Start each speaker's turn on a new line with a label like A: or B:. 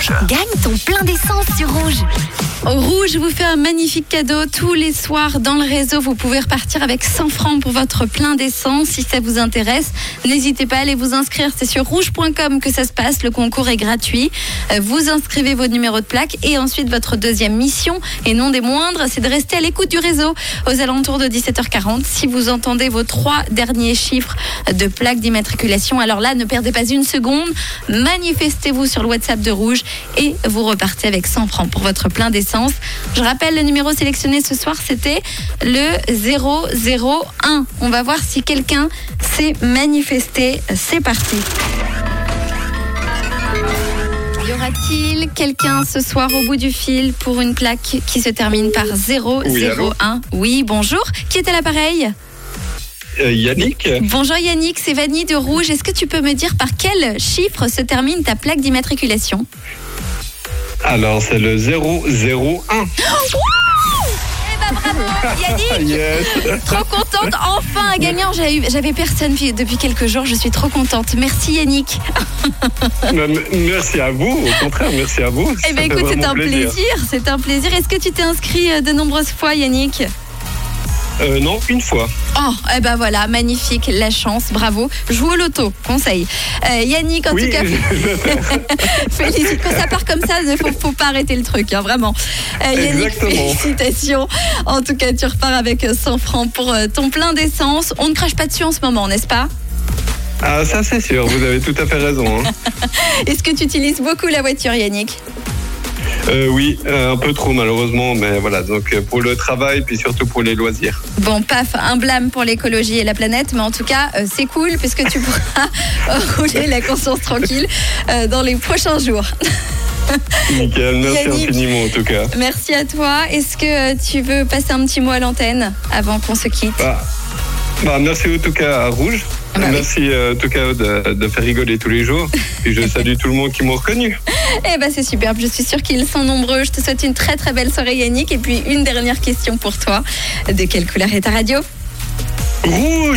A: Rouge.
B: Gagne ton plein d'essence sur Rouge.
C: Rouge vous fait un magnifique cadeau tous les soirs dans le réseau. Vous pouvez repartir avec 100 francs pour votre plein d'essence. Si ça vous intéresse, n'hésitez pas à aller vous inscrire. C'est sur rouge.com que ça se passe. Le concours est gratuit. Vous inscrivez vos numéros de plaque et ensuite votre deuxième mission, et non des moindres, c'est de rester à l'écoute du réseau aux alentours de 17h40. Si vous entendez vos 3 derniers chiffres de plaque d'immatriculation, alors là, ne perdez pas une seconde. Manifestez-vous sur le WhatsApp de Rouge et vous repartez avec 100 francs pour votre plein d'essence. Je rappelle, le numéro sélectionné ce soir, c'était le 001. On va voir si quelqu'un s'est manifesté. C'est parti. Y aura-t-il quelqu'un ce soir au bout du fil pour une plaque qui se termine par 001? Oui, bonjour. Qui est à l'appareil?
D: Yannick.
C: Bonjour Yannick, c'est Vanny de Rouge. Est-ce que tu peux me dire par quel chiffre se termine ta plaque d'immatriculation?
D: Alors, c'est le 001.
C: Bravo Yannick.
D: Yes.
C: Trop contente, enfin un gagnant. J'avais personne depuis quelques jours, je suis trop contente. Merci Yannick.
D: Merci à vous, au contraire, merci à vous.
C: Eh bien écoute, c'est un plaisir. Est-ce que tu t'es inscrit de nombreuses fois Yannick?
D: Non, une fois.
C: Oh, eh ben voilà, magnifique, la chance, bravo. Joue au loto, conseil. Yannick, en tout cas, félicite. Quand ça part comme ça, il ne faut pas arrêter le truc, hein, vraiment. Yannick, félicitations. En tout cas, tu repars avec 100 francs pour ton plein d'essence. On ne crache pas dessus en ce moment, n'est-ce pas?
D: Ah, ça c'est sûr, vous avez tout à fait raison. Hein.
C: Est-ce que tu utilises beaucoup la voiture, Yannick?
D: Oui, un peu trop malheureusement, mais voilà, donc pour le travail, puis surtout pour les loisirs.
C: Bon, paf, un blâme pour l'écologie et la planète, mais en tout cas, c'est cool, puisque tu pourras rouler la conscience tranquille dans les prochains jours.
D: Nickel, merci
C: Yannick,
D: infiniment en tout cas.
C: Merci à toi. Est-ce que tu veux passer un petit mot à l'antenne avant qu'on se quitte?
D: Merci en tout cas à Rouge. Merci en tout cas de faire rigoler tous les jours. Et je salue tout le monde qui m'a reconnu.
C: Eh ben c'est superbe, je suis sûre qu'ils sont nombreux. Je te souhaite une très très belle soirée Yannick. Et puis une dernière question pour toi. De quelle couleur est ta radio?
D: Rouge.